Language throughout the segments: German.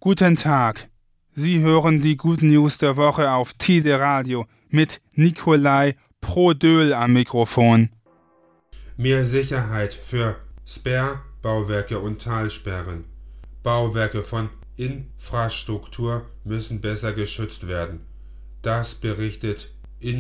Guten Tag. Sie hören die Good News der Woche auf Tide Radio mit Nikolai Prodöhl am Mikrofon. Mehr Sicherheit für Sperrbauwerke und Talsperren. Bauwerke von Infrastruktur müssen besser geschützt werden. Das berichtet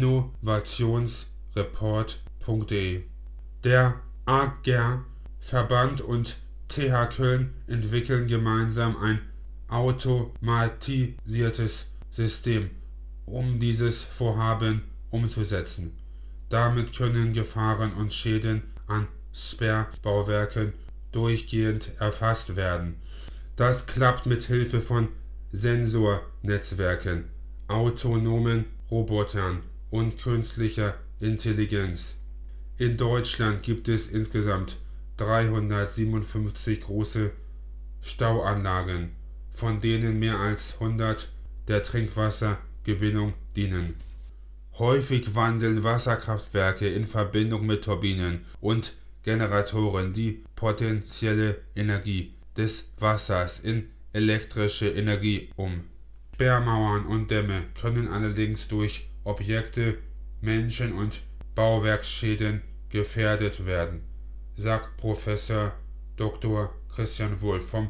innovationsreport.de. Der AGER Verband und TH Köln entwickeln gemeinsam ein automatisiertes System, um dieses Vorhaben umzusetzen. Damit können Gefahren und Schäden an Sperrbauwerken durchgehend erfasst werden. Das klappt mit Hilfe von Sensornetzwerken, autonomen Robotern und künstlicher Intelligenz. In Deutschland gibt es insgesamt 357 große Stauanlagen, von denen mehr als 100 der Trinkwassergewinnung dienen. Häufig wandeln Wasserkraftwerke in Verbindung mit Turbinen und Generatoren die potenzielle Energie des Wassers in elektrische Energie um. Sperrmauern und Dämme können allerdings durch Objekte, Menschen und Bauwerksschäden gefährdet werden, sagt Professor Dr. Christian Wulff vom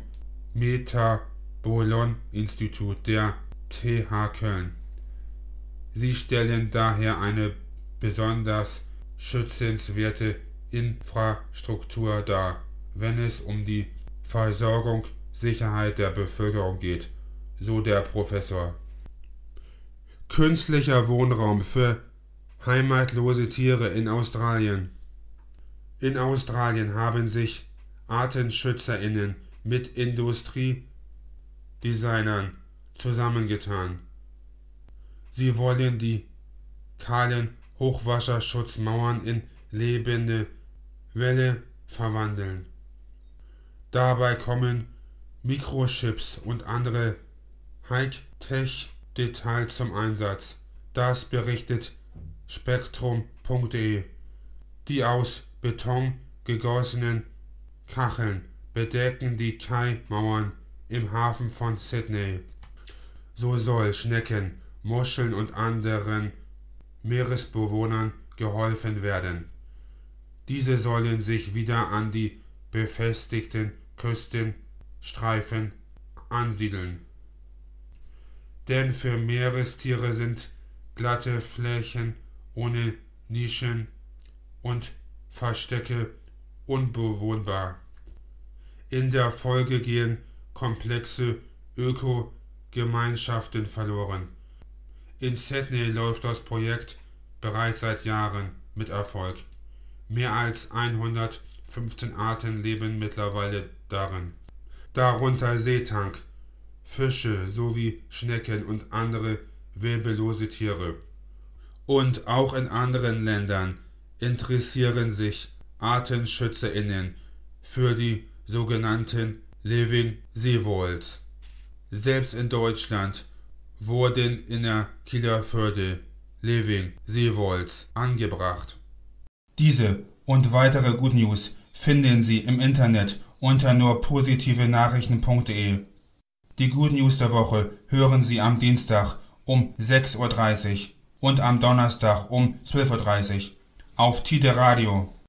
Metabolon-Institut der TH Köln. Sie stellen daher eine besonders schützenswerte Infrastruktur dar, wenn es um die Versorgungssicherheit der Bevölkerung geht, so der Professor. Künstlicher Wohnraum für heimatlose Tiere in Australien. In Australien haben sich ArtenschützerInnen mit Industriedesignern zusammengetan. Sie wollen die kahlen Hochwasserschutzmauern in lebende Wälle verwandeln. Dabei kommen Mikrochips und andere Hightech-Details zum Einsatz. Das berichtet spektrum.de. Die aus Beton gegossenen Kacheln bedecken die Kaimauern im Hafen von Sydney. So soll Schnecken, Muscheln und anderen Meeresbewohnern geholfen werden. Diese sollen sich wieder an die befestigten Küstenstreifen ansiedeln. Denn für Meerestiere sind glatte Flächen ohne Nischen und Verstecke unbewohnbar. In der Folge gehen komplexe Ökogemeinschaften verloren. In Sydney läuft das Projekt bereits seit Jahren mit Erfolg. Mehr als 115 Arten leben mittlerweile darin. Darunter Seetank, Fische sowie Schnecken und andere wirbellose Tiere. Und auch in anderen Ländern interessieren sich ArtenschützerInnen für die sogenannten Living Seawalls. Selbst in Deutschland wurden in der Kieler Förde Living Seawalls angebracht. Diese und weitere Good News finden Sie im Internet unter nurpositivenachrichten.de. Die Good News der Woche hören Sie am Dienstag um 6:30 Uhr und am Donnerstag um 12:30 Uhr auf Tide Radio.